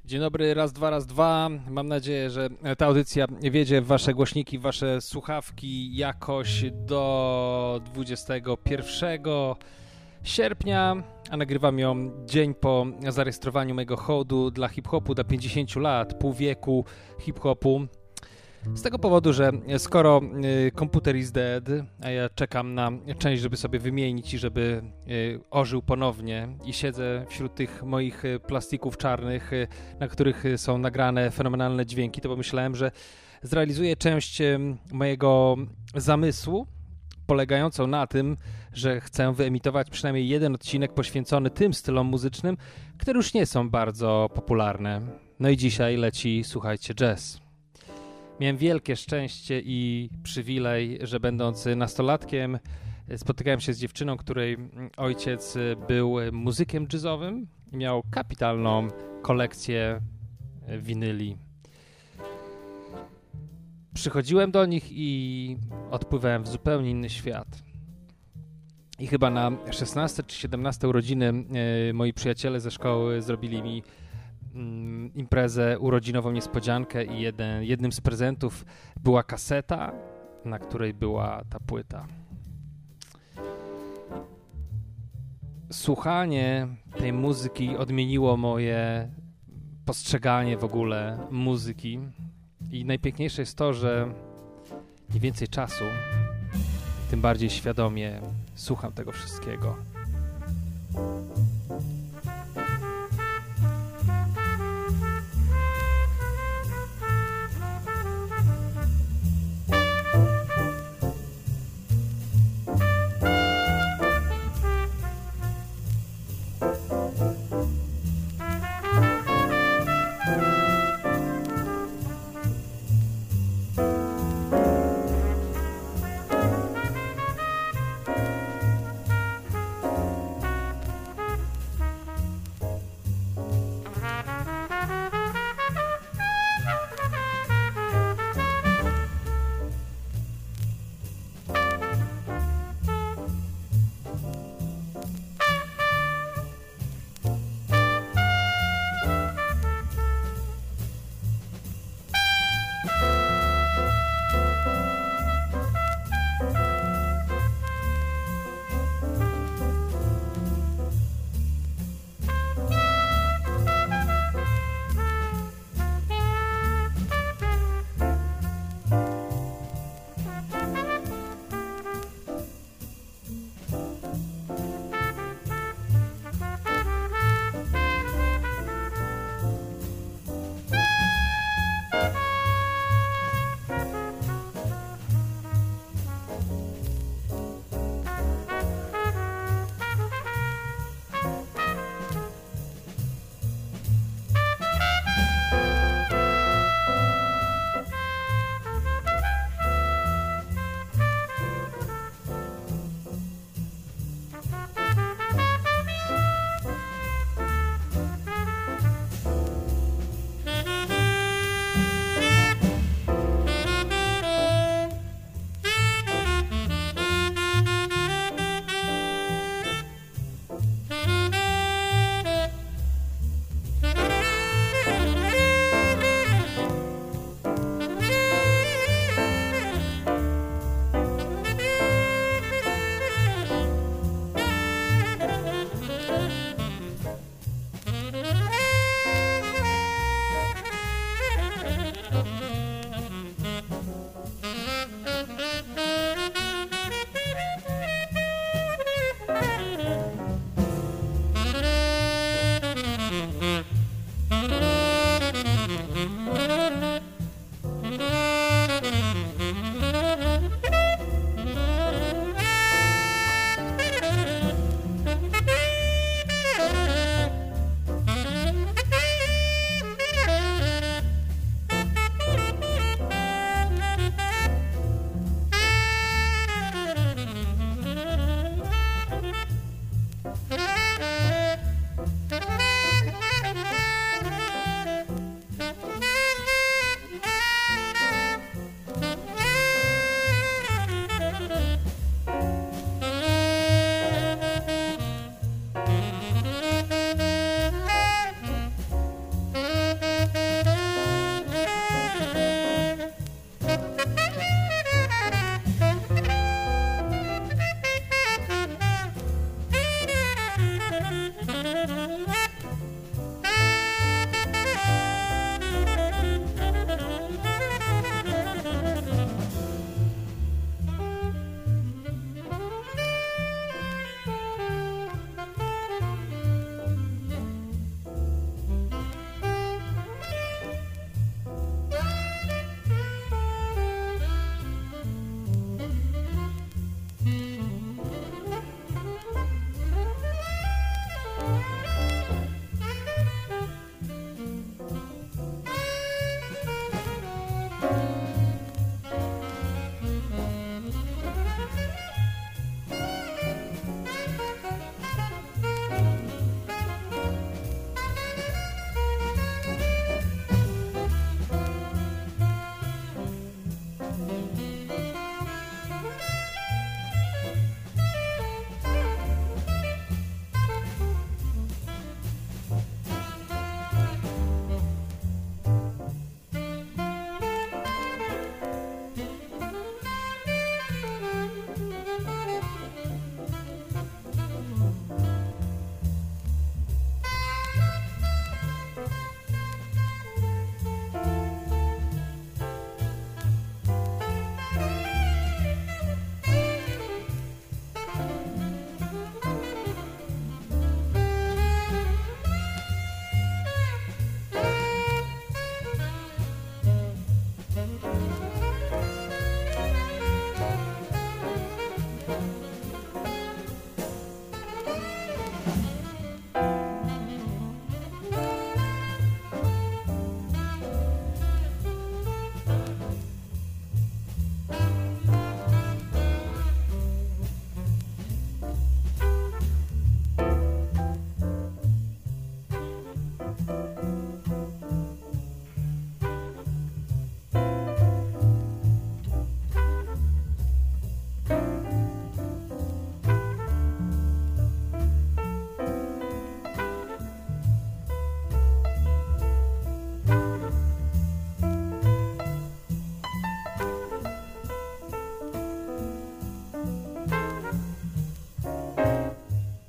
Dzień dobry, raz, dwa, raz, dwa. Mam nadzieję, że ta audycja wjedzie w wasze głośniki, w wasze słuchawki jakoś do 21 sierpnia, a nagrywam ją dzień po zarejestrowaniu mojego hołdu dla hip-hopu, dla 50 lat, pół wieku hip-hopu. Z tego powodu, że skoro komputer is dead, a ja czekam na część, żeby sobie wymienić i żeby ożył ponownie i siedzę wśród tych moich plastików czarnych, na których są nagrane fenomenalne dźwięki, to pomyślałem, że zrealizuję część mojego zamysłu polegającą na tym, że chcę wyemitować przynajmniej jeden odcinek poświęcony tym stylom muzycznym, które już nie są bardzo popularne. No i dzisiaj leci, słuchajcie, jazz. Miałem wielkie szczęście i przywilej, że będąc nastolatkiem spotykałem się z dziewczyną, której ojciec był muzykiem jazzowym i miał kapitalną kolekcję winyli. Przychodziłem do nich i odpływałem w zupełnie inny świat. I chyba na 16 czy 17 urodziny moi przyjaciele ze szkoły zrobili mi imprezę urodzinową, niespodziankę i jednym z prezentów była kaseta, na której była ta płyta. Słuchanie tej muzyki odmieniło moje postrzeganie w ogóle muzyki i najpiękniejsze jest to, że im więcej czasu, tym bardziej świadomie słucham tego wszystkiego.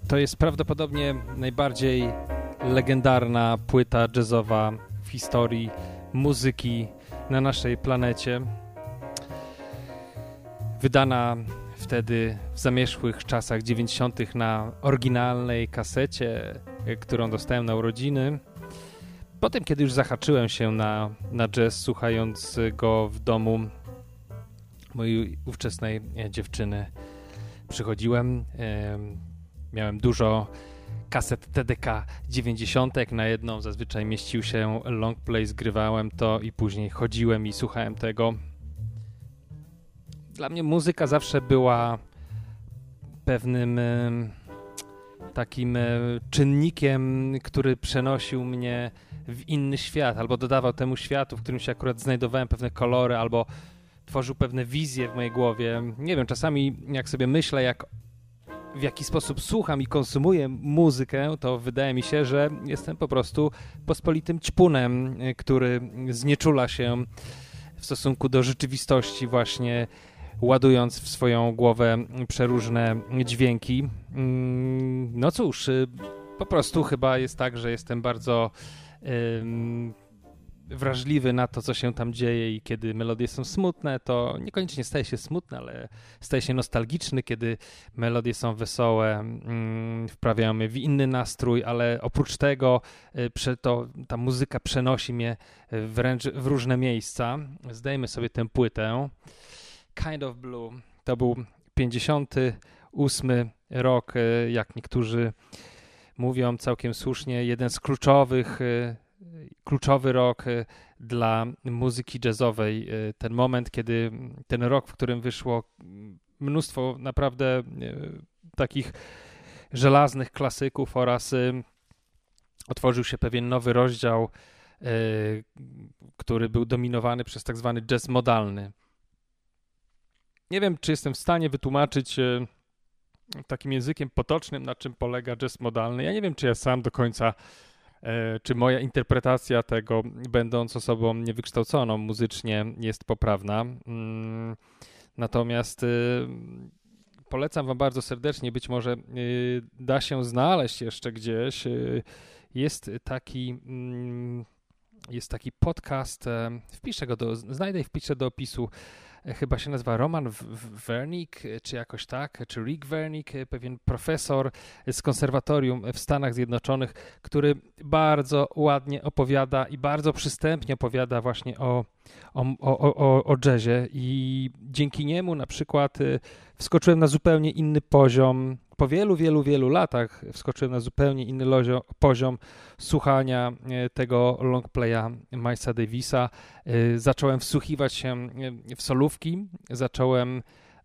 To jest prawdopodobnie najbardziej legendarna płyta jazzowa w historii muzyki na naszej planecie. Wydana wtedy w zamierzchłych czasach 90. na oryginalnej kasecie, którą dostałem na urodziny. Potem, kiedy już zahaczyłem się na jazz, słuchając go w domu mojej ówczesnej dziewczyny, przychodziłem, miałem dużo kaset TDK 90. Na jedną zazwyczaj mieścił się long play, zgrywałem to i później chodziłem i słuchałem tego. Dla mnie muzyka zawsze była pewnym takim czynnikiem, który przenosił mnie w inny świat, albo dodawał temu światu, w którym się akurat znajdowałem, pewne kolory, albo tworzył pewne wizje w mojej głowie. Nie wiem, czasami jak sobie myślę, w jaki sposób słucham i konsumuję muzykę, to wydaje mi się, że jestem po prostu pospolitym ćpunem, który znieczula się w stosunku do rzeczywistości, właśnie ładując w swoją głowę przeróżne dźwięki. No cóż, po prostu chyba jest tak, że jestem bardzo wrażliwy na to, co się tam dzieje, i kiedy melodie są smutne, to niekoniecznie staje się smutne, ale staje się nostalgiczny, kiedy melodie są wesołe, wprawiają mnie w inny nastrój, ale oprócz tego ta muzyka przenosi mnie wręcz w różne miejsca. Zdajmy sobie tę płytę. Kind of Blue to był 58 rok, jak niektórzy mówią całkiem słusznie, jeden z kluczowy rok dla muzyki jazzowej. Ten moment, ten rok, w którym wyszło mnóstwo naprawdę takich żelaznych klasyków oraz otworzył się pewien nowy rozdział, który był dominowany przez tak zwany jazz modalny. Nie wiem, czy jestem w stanie wytłumaczyć takim językiem potocznym, na czym polega jazz modalny. Ja nie wiem, czy ja sam do końca, czy moja interpretacja tego, będąc osobą niewykształconą muzycznie, jest poprawna. Natomiast polecam wam bardzo serdecznie, być może da się znaleźć jeszcze gdzieś. Jest taki podcast, znajdę i wpiszę do opisu. Chyba się nazywa Roman Wernick, czy jakoś tak, czy Rick Wernick, pewien profesor z konserwatorium w Stanach Zjednoczonych, który bardzo ładnie opowiada i bardzo przystępnie opowiada właśnie o jazzie, i dzięki niemu na przykład wskoczyłem na zupełnie inny poziom. Po wielu latach wskoczyłem na zupełnie inny poziom słuchania tego longplaya Milesa Davisa. Zacząłem wsłuchiwać się w solówki, zacząłem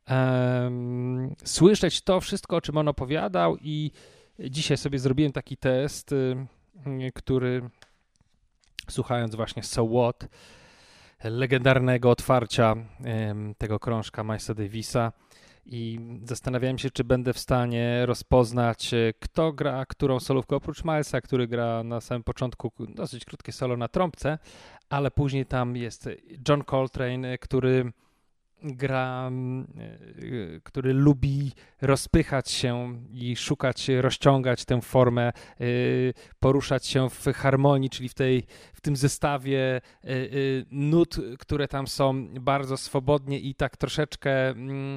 słyszeć to wszystko, o czym on opowiadał, i dzisiaj sobie zrobiłem taki test, który słuchając właśnie So What, legendarnego otwarcia tego krążka Milesa Davisa, i zastanawiałem się, czy będę w stanie rozpoznać, kto gra którą solówkę, oprócz Milesa, który gra na samym początku dosyć krótkie solo na trąbce, ale później tam jest John Coltrane, który lubi rozpychać się i rozciągać tę formę, poruszać się w harmonii, czyli w tym zestawie nut, które tam są bardzo swobodnie i tak troszeczkę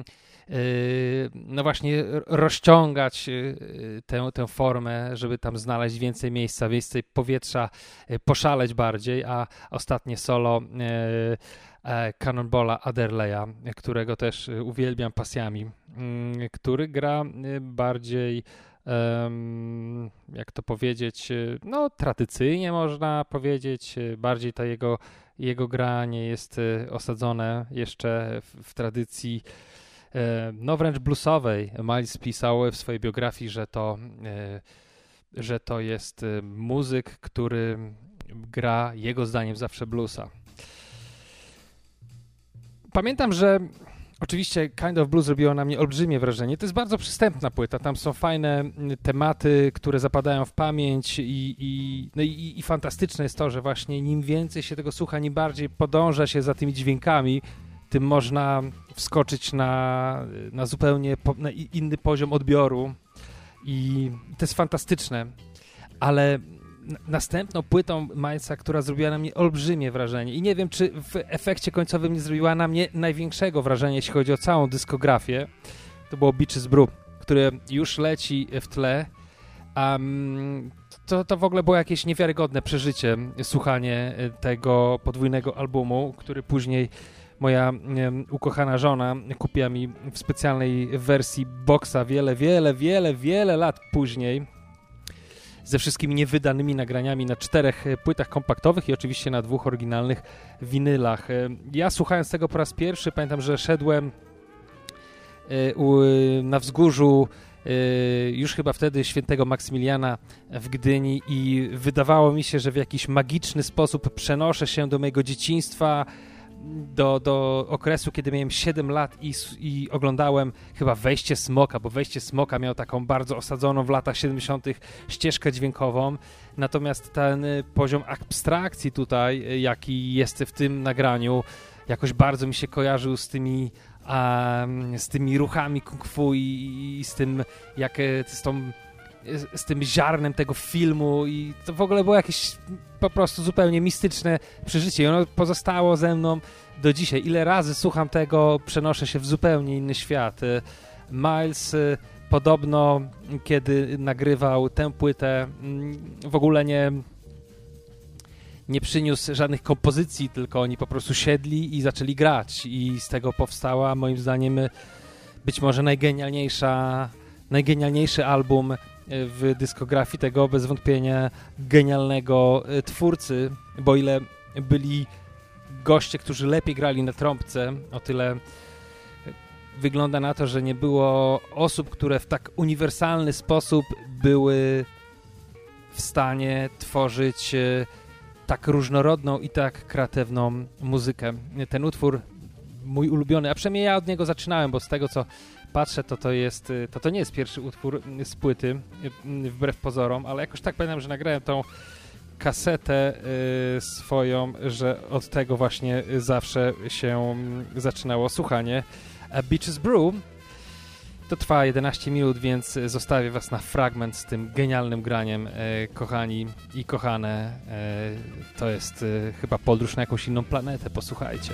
no właśnie rozciągać tę formę, żeby tam znaleźć więcej miejsca, więcej powietrza, poszaleć bardziej, a ostatnie solo Cannonballa Adderleya, którego też uwielbiam pasjami, który gra bardziej, jak to powiedzieć, no tradycyjnie można powiedzieć, bardziej to jego granie jest osadzone jeszcze w tradycji no wręcz bluesowej. Miles pisał w swojej biografii, że to jest muzyk, który gra jego zdaniem zawsze bluesa. Pamiętam, że oczywiście Kind of Blue zrobiło na mnie olbrzymie wrażenie. To jest bardzo przystępna płyta, tam są fajne tematy, które zapadają w pamięć, i fantastyczne jest to, że właśnie im więcej się tego słucha, im bardziej podąża się za tymi dźwiękami, tym można wskoczyć na zupełnie inny poziom odbioru i to jest fantastyczne, ale następną płytą Milesa, która zrobiła na mnie olbrzymie wrażenie i nie wiem, czy w efekcie końcowym nie zrobiła na mnie największego wrażenia, jeśli chodzi o całą dyskografię, to było Beaches Brew, które już leci w tle. To w ogóle było jakieś niewiarygodne przeżycie, słuchanie tego podwójnego albumu, który później moja ukochana żona kupiła mi w specjalnej wersji boxa wiele lat później, ze wszystkimi niewydanymi nagraniami na 4 płytach kompaktowych i oczywiście na 2 oryginalnych winylach. Ja słuchając tego po raz pierwszy, pamiętam, że szedłem na wzgórzu już chyba wtedy Świętego Maksymiliana w Gdyni i wydawało mi się, że w jakiś magiczny sposób przenoszę się do mojego dzieciństwa, do okresu, kiedy miałem 7 lat i oglądałem chyba Wejście Smoka, bo Wejście Smoka miał taką bardzo osadzoną w latach 70. ścieżkę dźwiękową, natomiast ten poziom abstrakcji tutaj, jaki jest w tym nagraniu, jakoś bardzo mi się kojarzył z tymi ruchami kung fu i z tym, z tym ziarnem tego filmu i to w ogóle było jakieś po prostu zupełnie mistyczne przeżycie i ono pozostało ze mną do dzisiaj. Ile razy słucham tego, przenoszę się w zupełnie inny świat. Miles podobno, kiedy nagrywał tę płytę, w ogóle nie przyniósł żadnych kompozycji, tylko oni po prostu siedli i zaczęli grać i z tego powstała, moim zdaniem, być może najgenialniejszy album w dyskografii tego bez wątpienia genialnego twórcy, bo ile byli goście, którzy lepiej grali na trąbce, o tyle wygląda na to, że nie było osób, które w tak uniwersalny sposób były w stanie tworzyć tak różnorodną i tak kreatywną muzykę. Ten utwór mój ulubiony, a przynajmniej ja od niego zaczynałem, bo z tego co patrzę, to nie jest pierwszy utwór z płyty, wbrew pozorom, ale jakoś tak pamiętam, że nagrałem tą kasetę swoją, że od tego właśnie zawsze się zaczynało słuchanie. Beaches Brew to trwa 11 minut, więc zostawię was na fragment z tym genialnym graniem, kochani i kochane. To jest chyba podróż na jakąś inną planetę, posłuchajcie.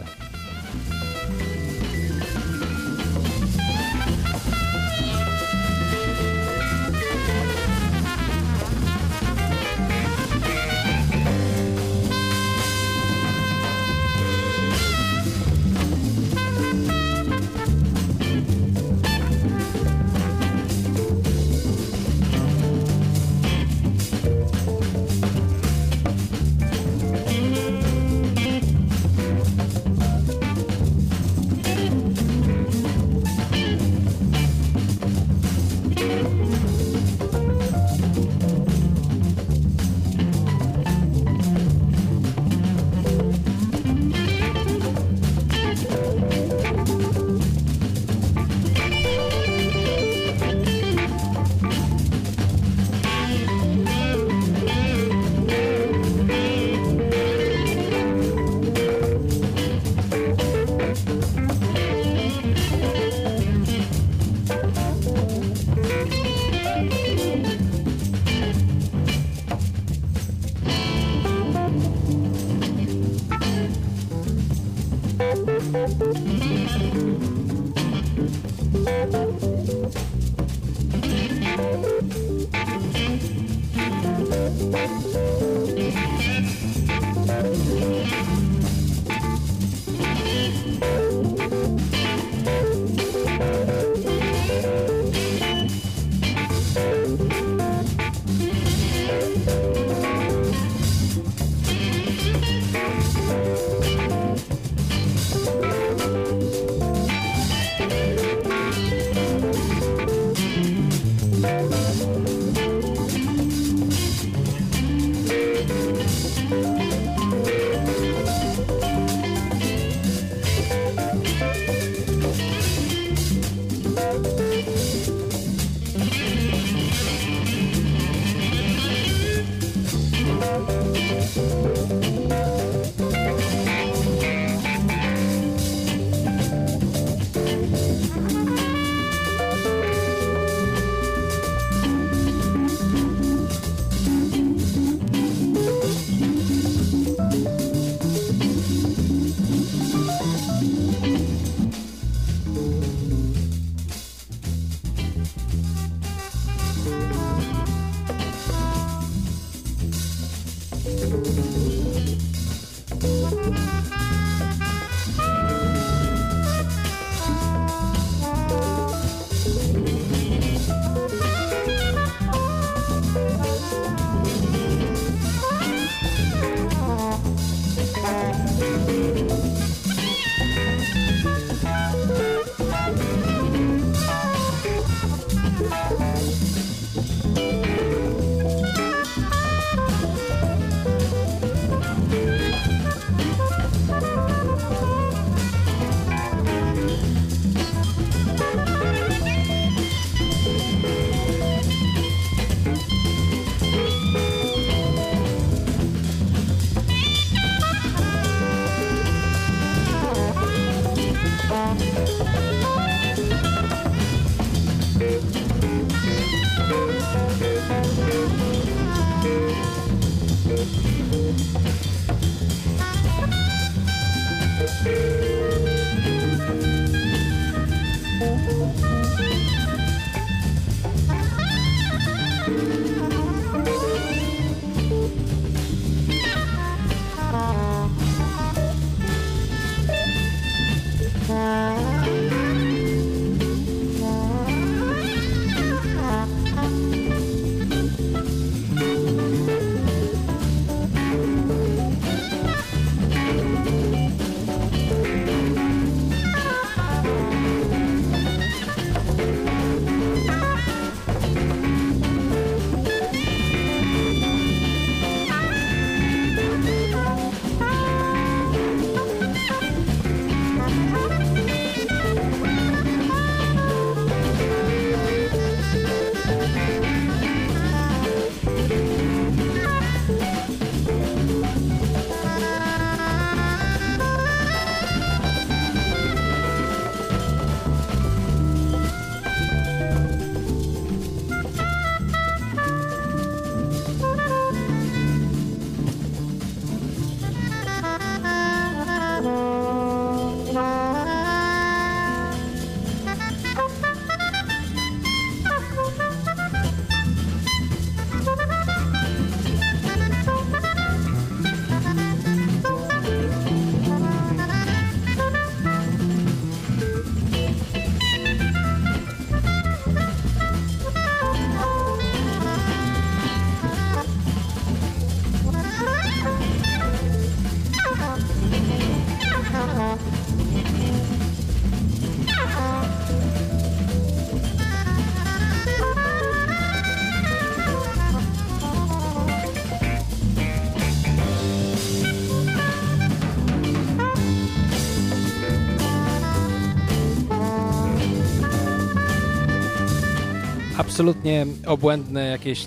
Absolutnie obłędne, jakieś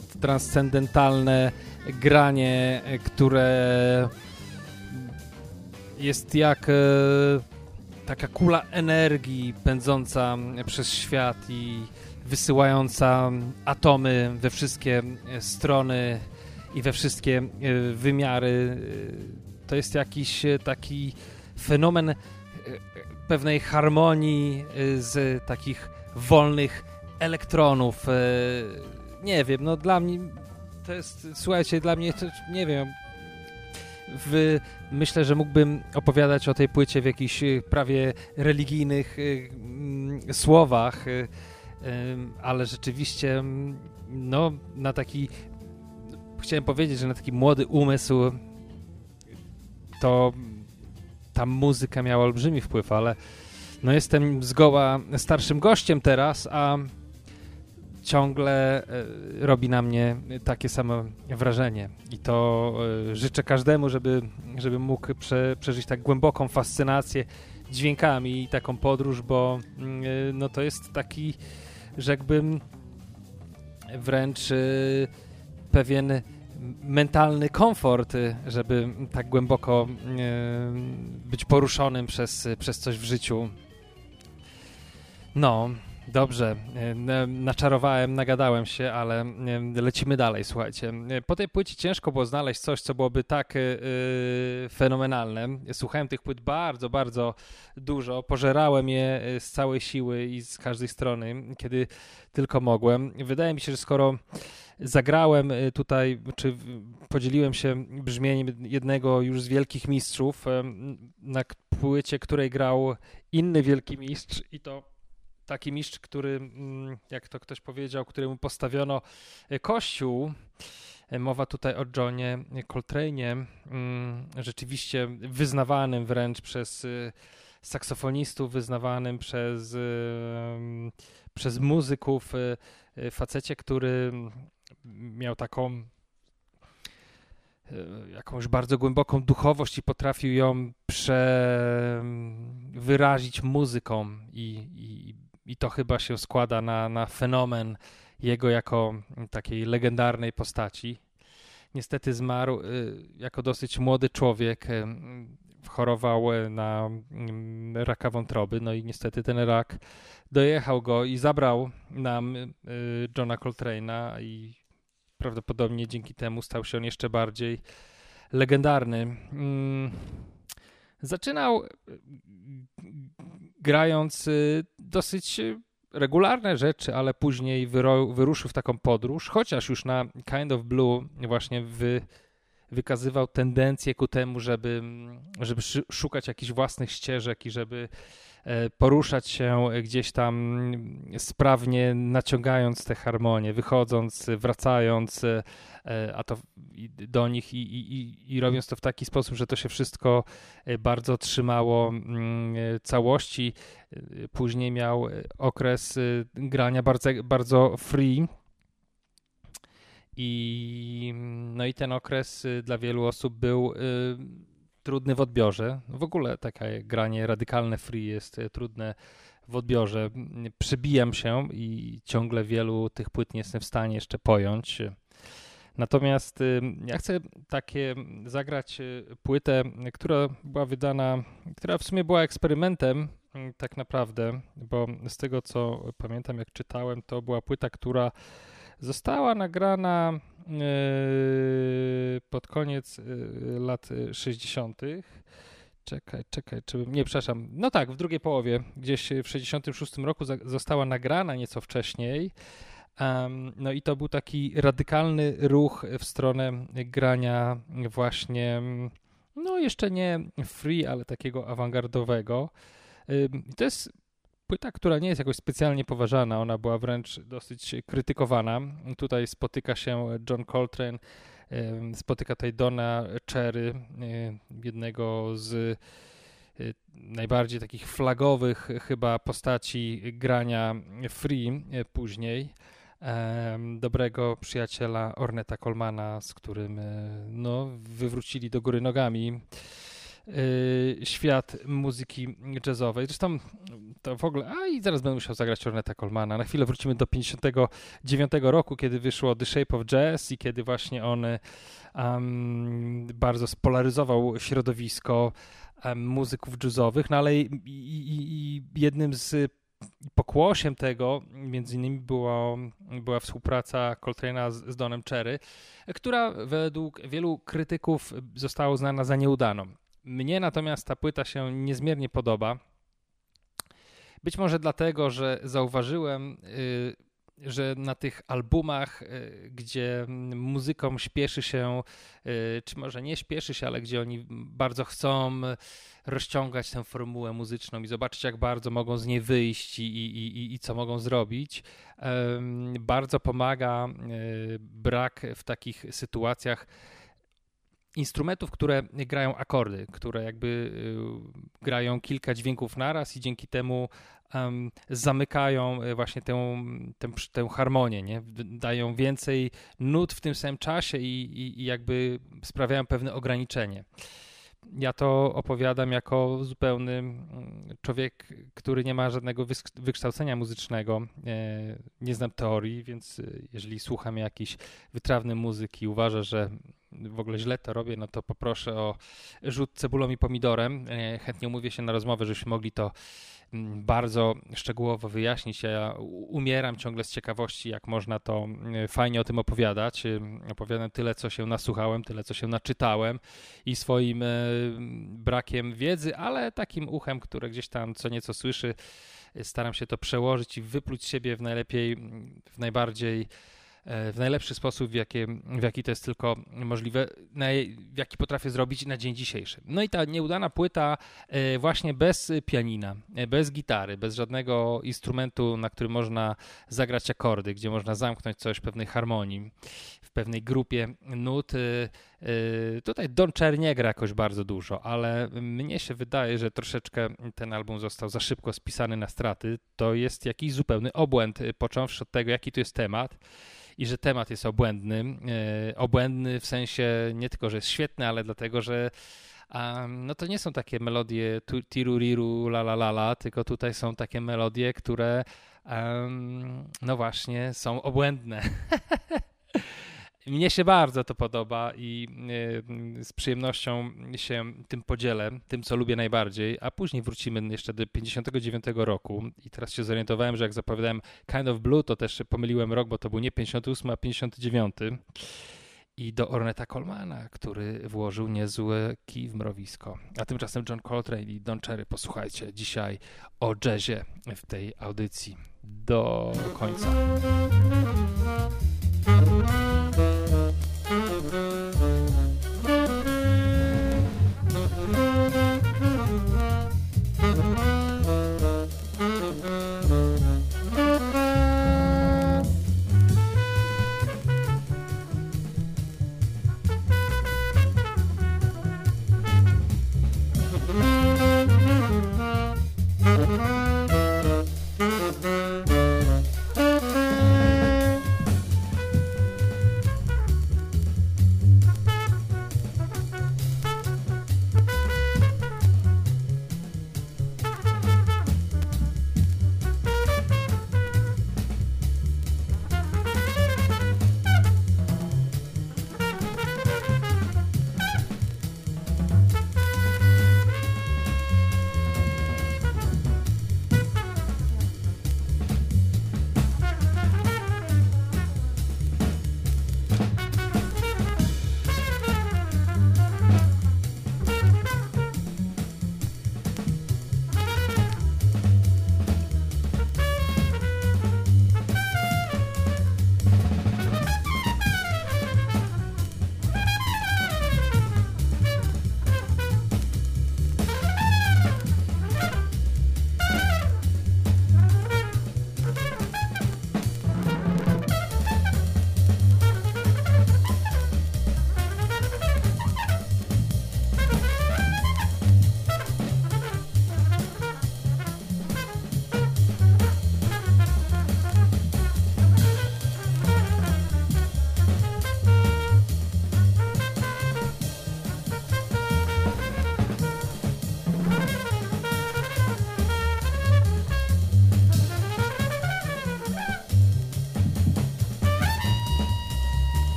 transcendentalne granie, które jest jak taka kula energii pędząca przez świat i wysyłająca atomy we wszystkie strony i we wszystkie wymiary. To jest jakiś taki fenomen pewnej harmonii z takich wolnych elektronów. Nie wiem, no dla mnie to jest, słuchajcie, dla mnie to, nie wiem, myślę, że mógłbym opowiadać o tej płycie w jakichś prawie religijnych słowach, ale rzeczywiście no na taki, chciałem powiedzieć, że na taki młody umysł to ta muzyka miała olbrzymi wpływ, ale no jestem zgoła starszym gościem teraz, a ciągle robi na mnie takie samo wrażenie i to życzę każdemu, żeby mógł przeżyć tak głęboką fascynację dźwiękami i taką podróż, bo no to jest taki, rzekłbym, wręcz pewien mentalny komfort, żeby tak głęboko być poruszonym przez coś w życiu. No, dobrze, naczarowałem, nagadałem się, ale lecimy dalej, słuchajcie. Po tej płycie ciężko było znaleźć coś, co byłoby tak fenomenalne. Słuchałem tych płyt bardzo, bardzo dużo, pożerałem je z całej siły i z każdej strony, kiedy tylko mogłem. Wydaje mi się, że skoro zagrałem tutaj, czy podzieliłem się brzmieniem jednego już z wielkich mistrzów, na płycie, której grał inny wielki mistrz i to taki mistrz, który, jak to ktoś powiedział, któremu postawiono kościół. Mowa tutaj o Johnie Coltrane'ie, rzeczywiście wyznawanym wręcz przez saksofonistów, wyznawanym przez muzyków, facecie, który miał taką jakąś bardzo głęboką duchowość i potrafił ją wyrazić muzyką i to chyba się składa na fenomen jego jako takiej legendarnej postaci. Niestety zmarł jako dosyć młody człowiek, chorował na raka wątroby, no i niestety ten rak dojechał go i zabrał nam Johna Coltrane'a i prawdopodobnie dzięki temu stał się on jeszcze bardziej legendarny. Zaczynał grając dosyć regularne rzeczy, ale później wyruszył w taką podróż, chociaż już na Kind of Blue właśnie wykazywał tendencję ku temu, żeby szukać jakichś własnych ścieżek i żeby poruszać się gdzieś tam sprawnie, naciągając te harmonie, wychodząc, wracając, a to do nich i robiąc to w taki sposób, że to się wszystko bardzo trzymało całości. Później miał okres grania bardzo, bardzo free no i ten okres dla wielu osób był trudny w odbiorze. W ogóle takie granie radykalne free jest trudne w odbiorze. Przebijam się i ciągle wielu tych płyt nie jestem w stanie jeszcze pojąć. Natomiast ja chcę zagrać płytę, która była wydana, która w sumie była eksperymentem tak naprawdę, bo z tego co pamiętam, jak czytałem, to była płyta, która została nagrana pod koniec lat 60. Przepraszam. No tak, w drugiej połowie, gdzieś w 66 roku została nagrana nieco wcześniej. No i to był taki radykalny ruch w stronę grania właśnie, no jeszcze nie free, ale takiego awangardowego. To jest płyta, która nie jest jakoś specjalnie poważana, ona była wręcz dosyć krytykowana. Tutaj spotyka się John Coltrane, spotyka tutaj Dona Cherry, jednego z najbardziej takich flagowych chyba postaci grania free później, dobrego przyjaciela Ornetta Colemana, z którym no, wywrócili do góry nogami świat muzyki jazzowej. Zresztą to w ogóle, i zaraz będę musiał zagrać Ornetta Colemana. Na chwilę wrócimy do 59 roku, kiedy wyszło The Shape of Jazz i kiedy właśnie on bardzo spolaryzował środowisko muzyków jazzowych, no ale i jednym z pokłosiem tego między innymi była współpraca Coltrane'a z Donem Cherry, która według wielu krytyków została uznana za nieudaną. Mnie natomiast ta płyta się niezmiernie podoba. Być może dlatego, że zauważyłem, że na tych albumach, gdzie muzykom śpieszy się, czy może nie śpieszy się, ale gdzie oni bardzo chcą rozciągać tę formułę muzyczną i zobaczyć, jak bardzo mogą z niej wyjść i co mogą zrobić, bardzo pomaga brak w takich sytuacjach instrumentów, które grają akordy, które jakby grają kilka dźwięków naraz i dzięki temu zamykają właśnie tę harmonię, nie? Dają więcej nut w tym samym czasie i jakby sprawiają pewne ograniczenie. Ja to opowiadam jako zupełny człowiek, który nie ma żadnego wykształcenia muzycznego, nie znam teorii, więc jeżeli słucham jakiejś wytrawnej muzyki i uważa, że w ogóle źle to robię, no to poproszę o rzut cebulą i pomidorem. Chętnie umówię się na rozmowę, żebyśmy mogli to bardzo szczegółowo wyjaśnić. Ja umieram ciągle z ciekawości, jak można to fajnie o tym opowiadać. Opowiadam tyle, co się nasłuchałem, tyle, co się naczytałem i swoim brakiem wiedzy, ale takim uchem, które gdzieś tam co nieco słyszy, staram się to przełożyć i wypluć z siebie w najbardziej w najlepszy sposób, w jaki to jest tylko możliwe, w jaki potrafię zrobić na dzień dzisiejszy. No i ta nieudana płyta właśnie bez pianina, bez gitary, bez żadnego instrumentu, na którym można zagrać akordy, gdzie można zamknąć coś w pewnej harmonii, w pewnej grupie nut. Tutaj Don Cherry nie gra jakoś bardzo dużo, ale mnie się wydaje, że troszeczkę ten album został za szybko spisany na straty. To jest jakiś zupełny obłęd, począwszy od tego, jaki to jest temat i że temat jest obłędny. Obłędny w sensie nie tylko, że jest świetny, ale dlatego, że no to nie są takie melodie tiruriru, la la la la, tylko tutaj są takie melodie, które no właśnie są obłędne. Mnie się bardzo to podoba i z przyjemnością się tym podzielę, tym co lubię najbardziej, a później wrócimy jeszcze do 59 roku i teraz się zorientowałem, że jak zapowiadałem Kind of Blue, to też pomyliłem rok, bo to był nie 58, a 59 i do Ornetta Colemana, który włożył niezły kij w mrowisko. A tymczasem John Coltrane i Don Cherry, posłuchajcie dzisiaj o jazzie w tej audycji do końca.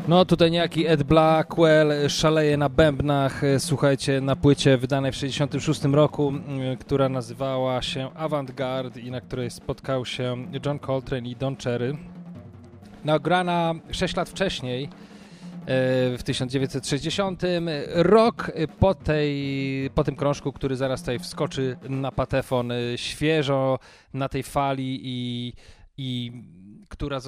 No tutaj niejaki Ed Blackwell szaleje na bębnach, słuchajcie, na płycie wydanej w 1966 roku, która nazywała się Avantgarde i na której spotkał się John Coltrane i Don Cherry. Nagrana 6 lat wcześniej, w 1960, rok po tym krążku, który zaraz tutaj wskoczy na patefon, świeżo na tej fali i która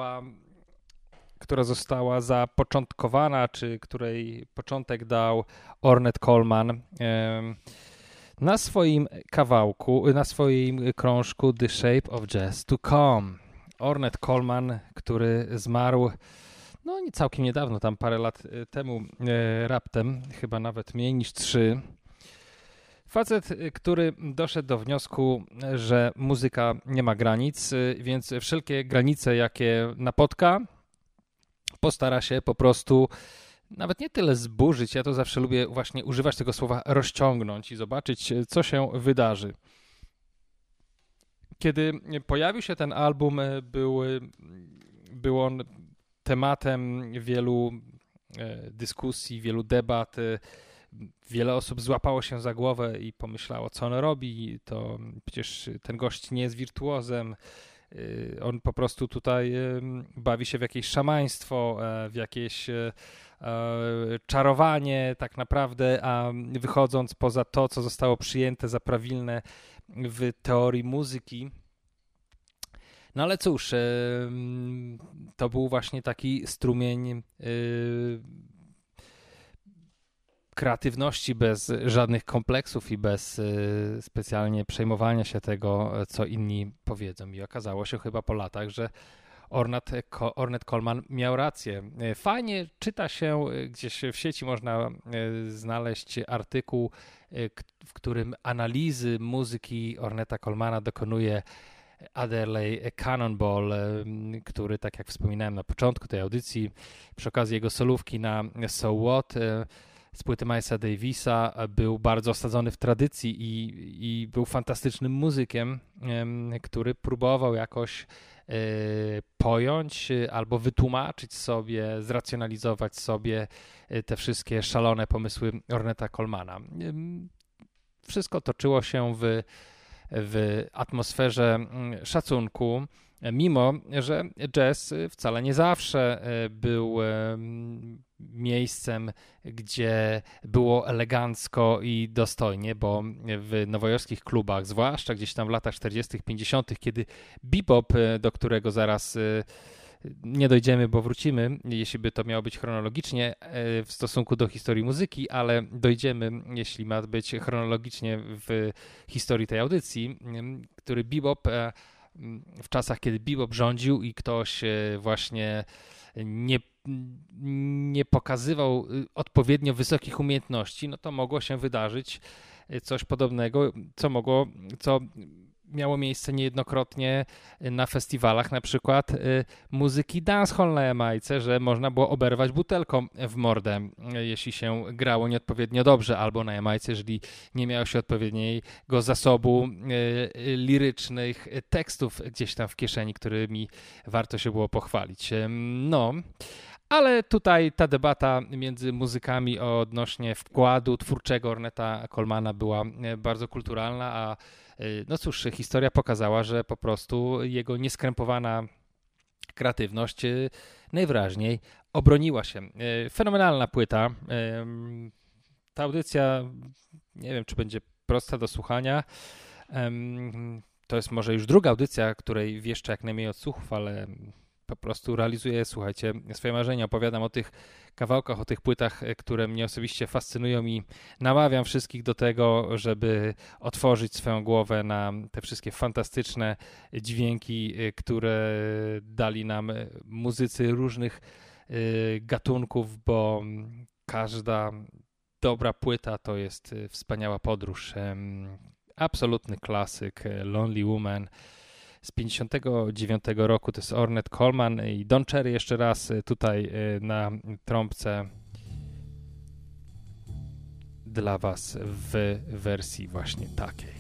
została zapoczątkowana, czy której początek dał Ornette Coleman na swoim kawałku, na swoim krążku The Shape of Jazz to Come. Ornette Coleman, który zmarł no nie całkiem niedawno, tam parę lat temu raptem, chyba nawet mniej niż 3. Facet, który doszedł do wniosku, że muzyka nie ma granic, więc wszelkie granice, jakie napotka, postara się po prostu nawet nie tyle zburzyć, ja to zawsze lubię właśnie używać tego słowa rozciągnąć i zobaczyć, co się wydarzy. Kiedy pojawił się ten album, był on tematem wielu dyskusji, wielu debat. Wiele osób złapało się za głowę i pomyślało, co on robi. To przecież ten gość nie jest wirtuozem. On po prostu tutaj bawi się w jakieś szamaństwo, w jakieś czarowanie tak naprawdę, a wychodząc poza to, co zostało przyjęte za prawilne w teorii muzyki. No ale cóż, to był właśnie taki strumień kreatywności bez żadnych kompleksów i bez specjalnie przejmowania się tego, co inni powiedzą. I okazało się chyba po latach, że Ornette Coleman miał rację. Fajnie czyta się, gdzieś w sieci można znaleźć artykuł, w którym analizy muzyki Ornetta Colemana dokonuje Adderley Cannonball, który, tak jak wspominałem na początku tej audycji, przy okazji jego solówki na So What z płyty Milesa Davisa był bardzo osadzony w tradycji i był fantastycznym muzykiem, który próbował jakoś pojąć albo wytłumaczyć sobie, zracjonalizować sobie te wszystkie szalone pomysły Ornetta Colemana. Wszystko toczyło się w atmosferze szacunku, mimo że jazz wcale nie zawsze był miejscem, gdzie było elegancko i dostojnie, bo w nowojorskich klubach, zwłaszcza gdzieś tam w latach 40., 50., kiedy bebop, do którego zaraz nie dojdziemy, bo wrócimy, jeśli by to miało być chronologicznie w stosunku do historii muzyki, ale dojdziemy, jeśli ma być chronologicznie w historii tej audycji, który bebop w czasach, kiedy bebop rządził i ktoś właśnie nie pokazywał odpowiednio wysokich umiejętności, no to mogło się wydarzyć coś podobnego, co miało miejsce niejednokrotnie na festiwalach, na przykład muzyki dancehall na Jamajce, że można było oberwać butelką w mordę, jeśli się grało nieodpowiednio dobrze, albo na Jamajce, jeżeli nie miało się odpowiedniego zasobu lirycznych tekstów gdzieś tam w kieszeni, którymi warto się było pochwalić. No, ale tutaj ta debata między muzykami odnośnie wkładu twórczego Ornetta Colemana była bardzo kulturalna, a no cóż, historia pokazała, że po prostu jego nieskrępowana kreatywność najwyraźniej obroniła się. Fenomenalna płyta. Ta audycja, nie wiem, czy będzie prosta do słuchania. To jest może już druga audycja, której wieszczę jak najmniej odsłuchów, ale po prostu realizuję, słuchajcie, swoje marzenia. Opowiadam o tych kawałkach, o tych płytach, które mnie osobiście fascynują i namawiam wszystkich do tego, żeby otworzyć swoją głowę na te wszystkie fantastyczne dźwięki, które dali nam muzycy różnych gatunków, bo każda dobra płyta to jest wspaniała podróż. Absolutny klasyk, Lonely Woman z 59 roku, to jest Ornette Coleman i Don Cherry jeszcze raz tutaj na trąbce dla was w wersji właśnie takiej.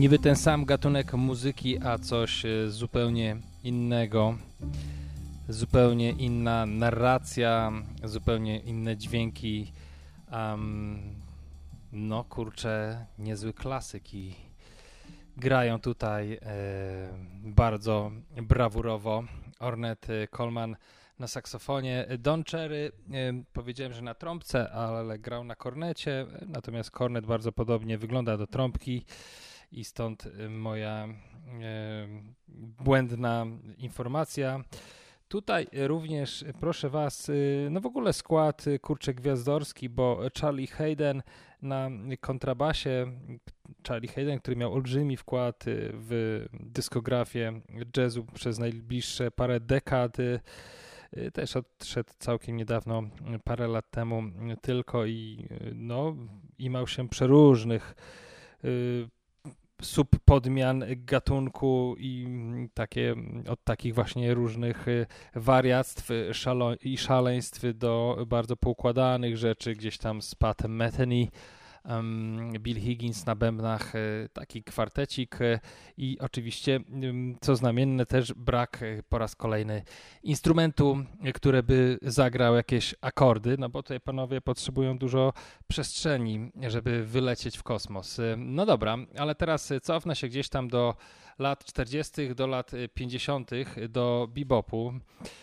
Niby ten sam gatunek muzyki, a coś zupełnie innego. Zupełnie inna narracja, zupełnie inne dźwięki. No kurczę, niezły klasyk i grają tutaj bardzo brawurowo. Ornette Coleman na saksofonie, Don Cherry powiedziałem, że na trąbce, ale grał na kornecie, natomiast kornet bardzo podobnie wygląda do trąbki i stąd moja błędna informacja. Tutaj również, proszę was, no w ogóle skład, kurczę, gwiazdorski, bo Charlie Haden na kontrabasie, Charlie Haden, który miał olbrzymi wkład w dyskografię jazzu przez najbliższe parę dekad, też odszedł całkiem niedawno, parę lat temu tylko i no, imał się przeróżnych subpodmian gatunku i od takich właśnie różnych wariactw i szaleństw do bardzo poukładanych rzeczy, gdzieś tam z Patem Metheny, Bill Higgins na bębnach, taki kwartecik i oczywiście, co znamienne, też brak po raz kolejny instrumentu, który by zagrał jakieś akordy, no bo tutaj panowie potrzebują dużo przestrzeni, żeby wylecieć w kosmos. No dobra, ale teraz cofnę się gdzieś tam do lat 40., do lat 50., do bebopu.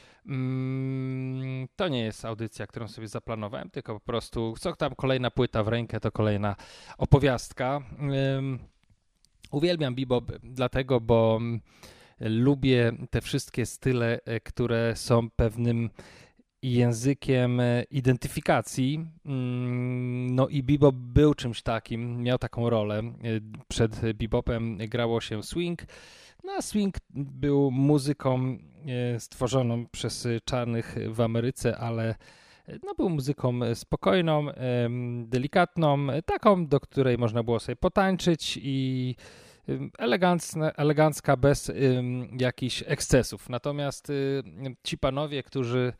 To nie jest audycja, którą sobie zaplanowałem, tylko po prostu co tam kolejna płyta w rękę, to kolejna opowiastka. Uwielbiam bebop dlatego, bo lubię te wszystkie style, które są pewnym językiem identyfikacji. No i bebop był czymś takim, miał taką rolę. Przed bebopem grało się swing. No a swing był muzyką stworzoną przez czarnych w Ameryce, Ameryce, ale no, był muzyką spokojną, delikatną, taką, do której można było sobie potańczyć i elegancka, bez jakichś ekscesów. Natomiast ci panowie, którzy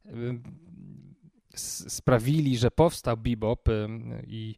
sprawili, że powstał bebop i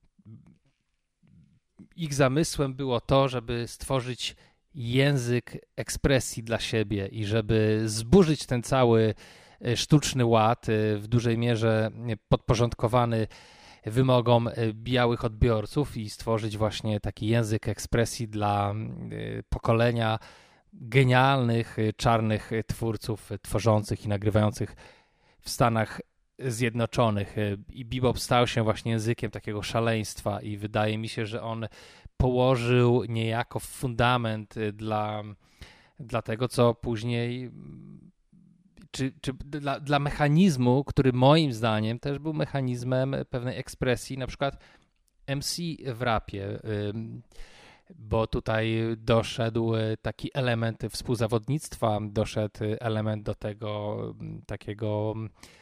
ich zamysłem było to, żeby stworzyć język ekspresji dla siebie i żeby zburzyć ten cały sztuczny ład, w dużej mierze podporządkowany wymogom białych odbiorców i stworzyć właśnie taki język ekspresji dla pokolenia genialnych, czarnych twórców tworzących i nagrywających w Stanach Zjednoczonych. I bebop stał się właśnie językiem takiego szaleństwa i wydaje mi się, że on położył niejako fundament dla tego, co później, czy dla mechanizmu, który moim zdaniem też był mechanizmem pewnej ekspresji, na przykład MC w rapie, bo tutaj doszedł taki element współzawodnictwa, doszedł element do tego takiego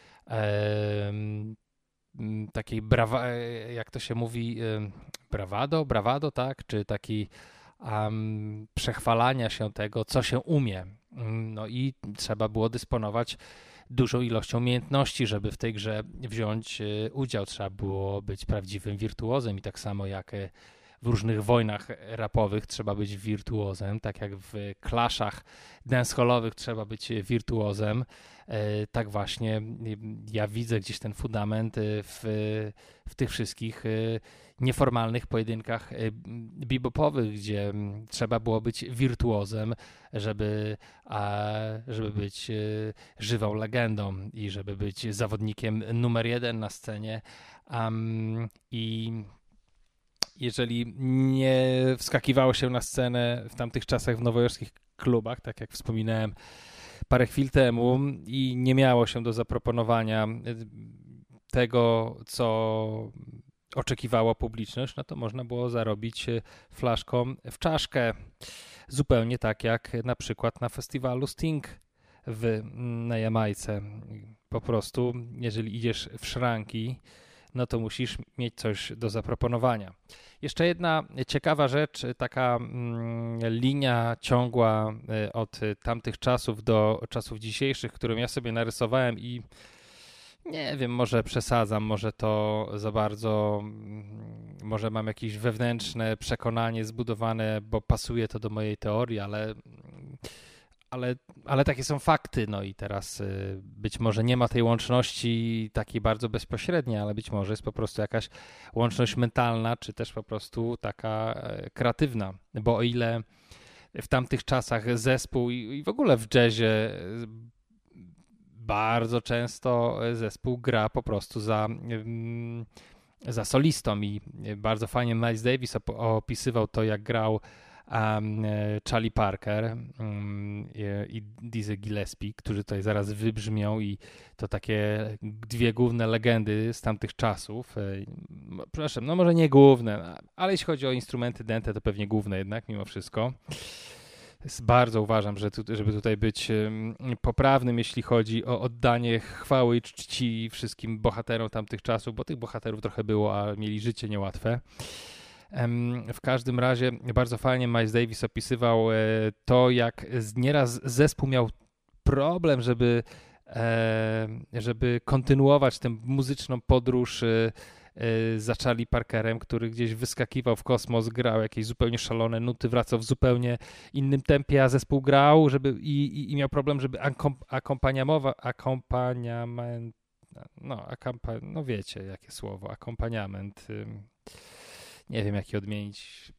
takiej jak to się mówi, brawado, tak? Czy taki przechwalania się tego, co się umie. No i trzeba było dysponować dużą ilością umiejętności, żeby w tej grze wziąć udział. Trzeba było być prawdziwym wirtuozem i tak samo jak w różnych wojnach rapowych trzeba być wirtuozem, tak jak w clashach dancehallowych trzeba być wirtuozem. Tak właśnie ja widzę gdzieś ten fundament w tych wszystkich nieformalnych pojedynkach bebopowych, gdzie trzeba było być wirtuozem, żeby być żywą legendą i żeby być zawodnikiem numer 1 na scenie. I jeżeli nie wskakiwało się na scenę w tamtych czasach w nowojorskich klubach, tak jak wspominałem parę chwil temu, i nie miało się do zaproponowania tego, co oczekiwała publiczność, no to można było zarobić flaszką w czaszkę. Zupełnie tak jak na przykład na festiwalu Sting na Jamajce. Po prostu, jeżeli idziesz w szranki, no to musisz mieć coś do zaproponowania. Jeszcze jedna ciekawa rzecz, taka linia ciągła od tamtych czasów do czasów dzisiejszych, którą ja sobie narysowałem i Nie wiem, może przesadzam, może to za bardzo, może mam jakieś wewnętrzne przekonanie zbudowane, bo pasuje to do mojej teorii, ale takie są fakty, no i teraz być może nie ma tej łączności takiej bardzo bezpośredniej, ale być może jest po prostu jakaś łączność mentalna, czy też po prostu taka kreatywna, bo o ile w tamtych czasach zespół i w ogóle w jazzie bardzo często zespół gra po prostu za solistą i bardzo fajnie Miles Davis opisywał to, jak grał Charlie Parker i Dizzy Gillespie, którzy tutaj zaraz wybrzmią i to takie dwie główne legendy z tamtych czasów. Przepraszam, no może nie główne, ale jeśli chodzi o instrumenty dęte, to pewnie główne jednak mimo wszystko. Bardzo uważam, żeby tutaj być poprawnym, jeśli chodzi o oddanie chwały i czci wszystkim bohaterom tamtych czasów, bo tych bohaterów trochę było, a mieli życie niełatwe. W każdym razie bardzo fajnie Miles Davis opisywał to, jak nieraz zespół miał problem, żeby kontynuować tę muzyczną podróż za Charlie Parkerem, który gdzieś wyskakiwał w kosmos, grał jakieś zupełnie szalone nuty, wracał w zupełnie innym tempie, a zespół grał, i miał problem, żeby no wiecie jakie słowo, akompaniament, nie wiem jak je odmienić,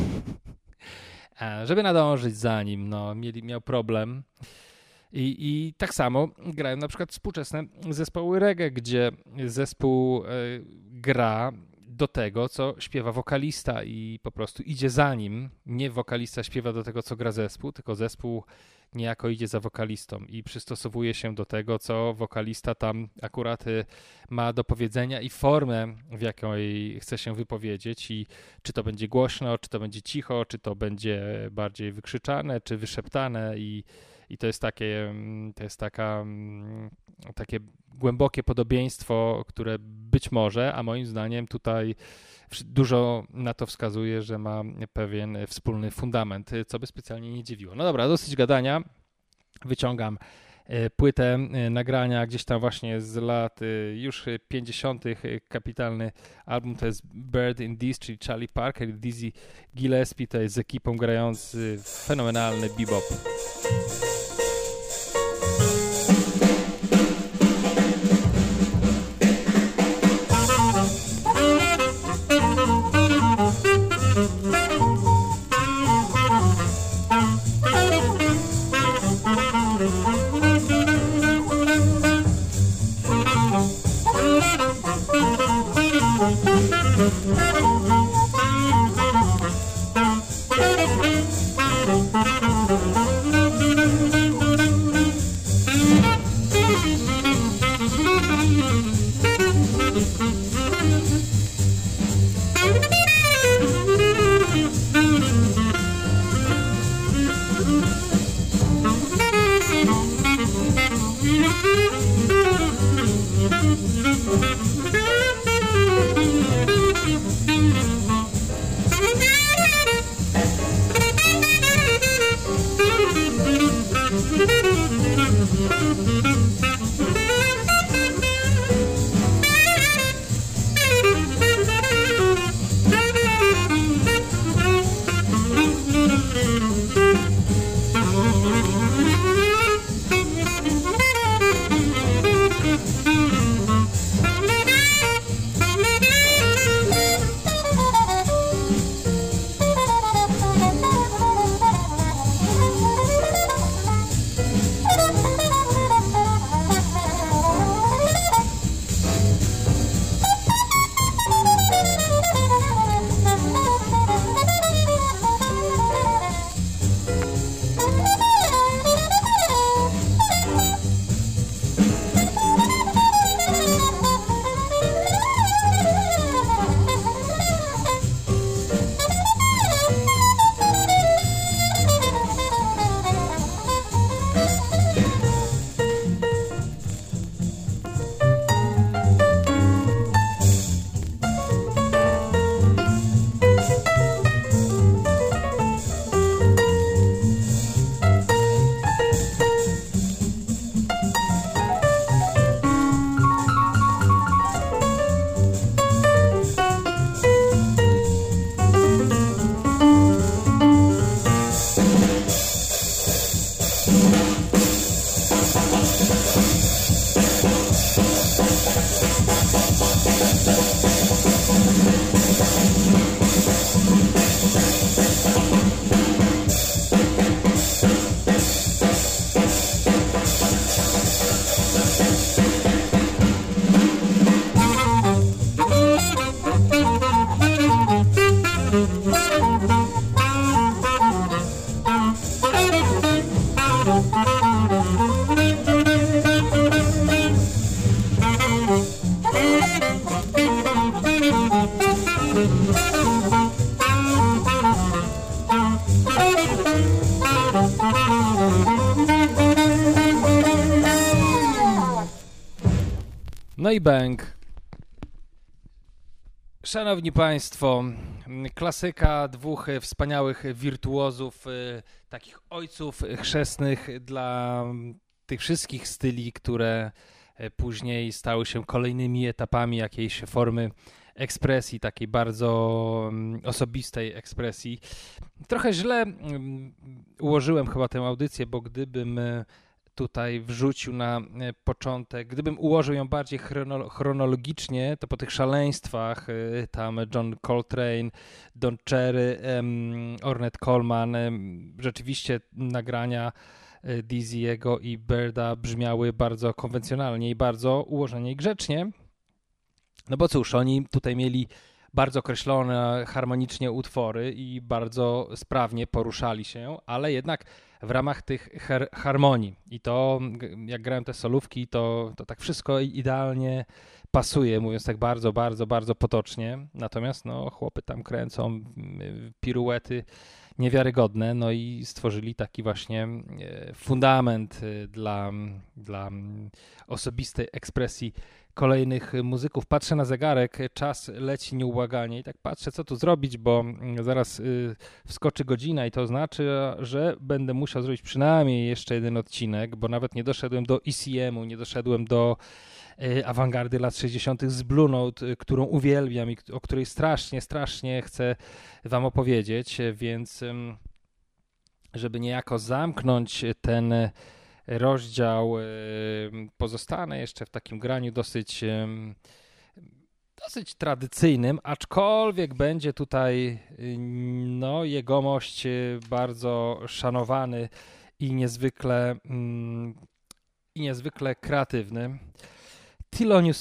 żeby nadążyć za nim, no miał problem. I tak samo grają na przykład współczesne zespoły reggae, gdzie zespół gra do tego, co śpiewa wokalista i po prostu idzie za nim. Nie wokalista śpiewa do tego, co gra zespół, tylko zespół niejako idzie za wokalistą i przystosowuje się do tego, co wokalista tam akurat ma do powiedzenia i formę, w jakiej chce się wypowiedzieć i czy to będzie głośno, czy to będzie cicho, czy to będzie bardziej wykrzyczane, czy wyszeptane i to jest takie głębokie podobieństwo, które być może, a moim zdaniem tutaj dużo na to wskazuje, że ma pewien wspólny fundament, co by specjalnie nie dziwiło. No dobra, dosyć gadania. Wyciągam płytę nagrania gdzieś tam właśnie z lat już 50. Kapitalny album to jest Bird in This, czyli Charlie Parker i Dizzy Gillespie, to jest z ekipą grający fenomenalny bebop. No i bang. Szanowni Państwo, klasyka dwóch wspaniałych wirtuozów, takich ojców chrzestnych dla tych wszystkich styli, które później stały się kolejnymi etapami jakiejś formy ekspresji, takiej bardzo osobistej ekspresji. Trochę źle ułożyłem chyba tę audycję, bo gdybym tutaj wrzucił na początek, gdybym ułożył ją bardziej chronologicznie, to po tych szaleństwach tam John Coltrane, Don Cherry, Ornette Coleman, rzeczywiście nagrania Dizzy'ego i Birda brzmiały bardzo konwencjonalnie i bardzo ułożenie i grzecznie. No bo cóż, oni tutaj mieli bardzo określone harmonicznie utwory i bardzo sprawnie poruszali się, ale jednak w ramach tych harmonii. I to, jak grałem te solówki, to tak wszystko idealnie pasuje, mówiąc tak bardzo, bardzo, bardzo potocznie. Natomiast no, chłopy tam kręcą piruety niewiarygodne, no i stworzyli taki właśnie fundament dla osobistej ekspresji kolejnych muzyków. Patrzę na zegarek, czas leci nieubłaganie i tak patrzę, co tu zrobić, bo zaraz wskoczy godzina i to znaczy, że będę musiał zrobić przynajmniej jeszcze jeden odcinek, bo nawet nie doszedłem do ECM-u, nie doszedłem do awangardy lat 60. z Blue Note, którą uwielbiam i o której strasznie, strasznie chcę wam opowiedzieć, więc żeby niejako zamknąć ten rozdział, pozostanę jeszcze w takim graniu dosyć tradycyjnym, aczkolwiek będzie tutaj no, jegomość bardzo szanowany i niezwykle kreatywny. Thelonious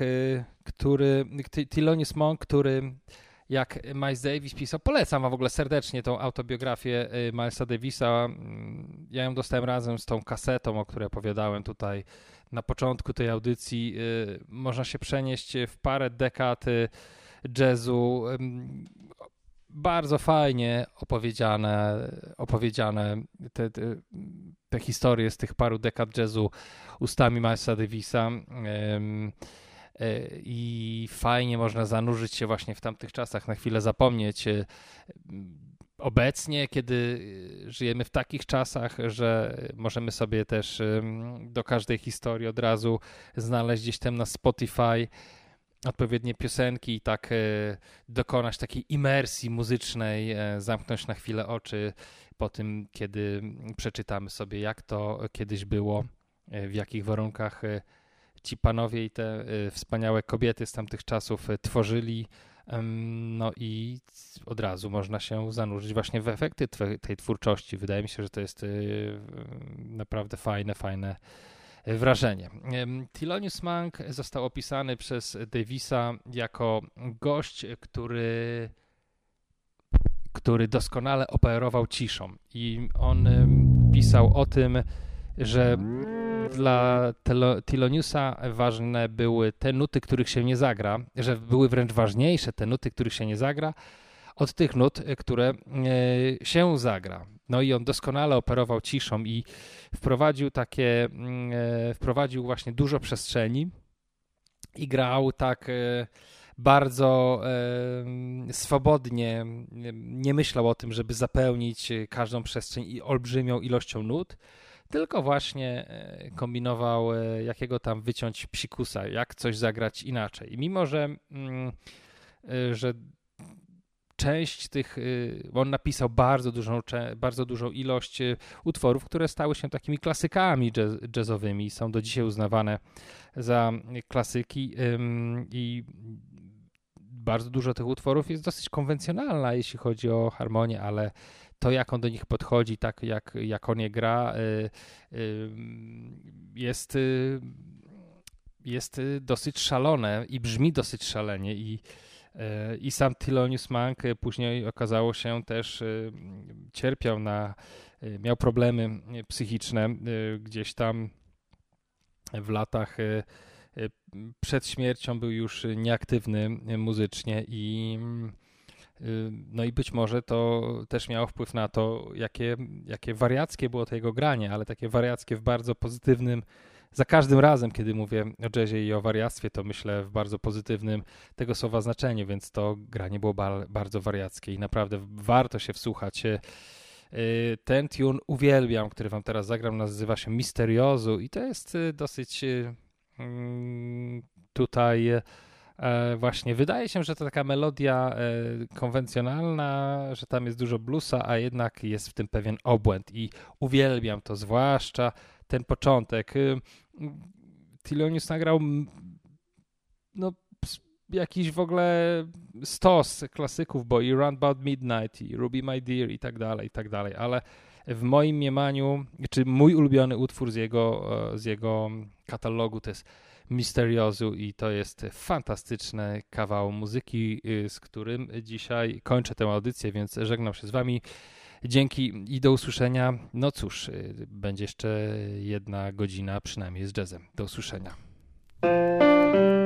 Monk, który jak Miles Davis pisał, polecam wam w ogóle serdecznie tą autobiografię Milesa Davisa. Ja ją dostałem razem z tą kasetą, o której opowiadałem tutaj na początku tej audycji. Można się przenieść w parę dekad jazzu. Bardzo fajnie opowiedziane te historie z tych paru dekad jazzu ustami Milesa Davisa. I fajnie można zanurzyć się właśnie w tamtych czasach, na chwilę zapomnieć. Obecnie, kiedy żyjemy w takich czasach, że możemy sobie też do każdej historii od razu znaleźć gdzieś tam na Spotify odpowiednie piosenki i tak dokonać takiej imersji muzycznej, zamknąć na chwilę oczy po tym, kiedy przeczytamy sobie, jak to kiedyś było, w jakich warunkach ci panowie i te wspaniałe kobiety z tamtych czasów tworzyli, no i od razu można się zanurzyć właśnie w efekty tej twórczości. Wydaje mi się, że to jest naprawdę fajne wrażenie. Thelonious Monk został opisany przez Davisa jako gość, który doskonale operował ciszą i on pisał o tym, że dla Theloniusa ważne były te nuty, których się nie zagra, że były wręcz ważniejsze te nuty, których się nie zagra, od tych nut, które się zagra. No i on doskonale operował ciszą i wprowadził właśnie dużo przestrzeni i grał tak bardzo swobodnie, nie myślał o tym, żeby zapełnić każdą przestrzeń i olbrzymią ilością nut, tylko właśnie kombinował, jakiego tam wyciąć psikusa, jak coś zagrać inaczej. I mimo, że część tych, bo on napisał bardzo dużą ilość utworów, które stały się takimi klasykami jazzowymi, są do dzisiaj uznawane za klasyki i bardzo dużo tych utworów jest dosyć konwencjonalna, jeśli chodzi o harmonię, ale to, jak on do nich podchodzi, tak jak on je gra, jest dosyć szalone i brzmi dosyć szalenie i sam Thelonious Monk później okazało się też miał problemy psychiczne gdzieś tam w latach przed śmiercią, był już nieaktywny muzycznie no i być może to też miało wpływ na to, jakie wariackie było to jego granie, ale takie wariackie w bardzo pozytywnym za każdym razem, kiedy mówię o jazzie i o wariactwie, to myślę w bardzo pozytywnym tego słowa znaczeniu, więc to granie było bardzo wariackie i naprawdę warto się wsłuchać. Ten tune uwielbiam, który wam teraz zagram, nazywa się Misterioso i to jest dosyć tutaj właśnie wydaje się, że to taka melodia konwencjonalna, że tam jest dużo bluesa, a jednak jest w tym pewien obłęd i uwielbiam to, zwłaszcza ten początek. Thelonious nagrał jakiś w ogóle stos klasyków, bo i Roundabout Midnight, i Ruby My Dear i tak dalej, ale w moim mniemaniu, czy mój ulubiony utwór z jego katalogu to jest Misterioso i to jest fantastyczny kawał muzyki, z którym dzisiaj kończę tę audycję, więc żegnam się z wami. Dzięki i do usłyszenia. No cóż, będzie jeszcze 1 godzina przynajmniej z jazzem. Do usłyszenia.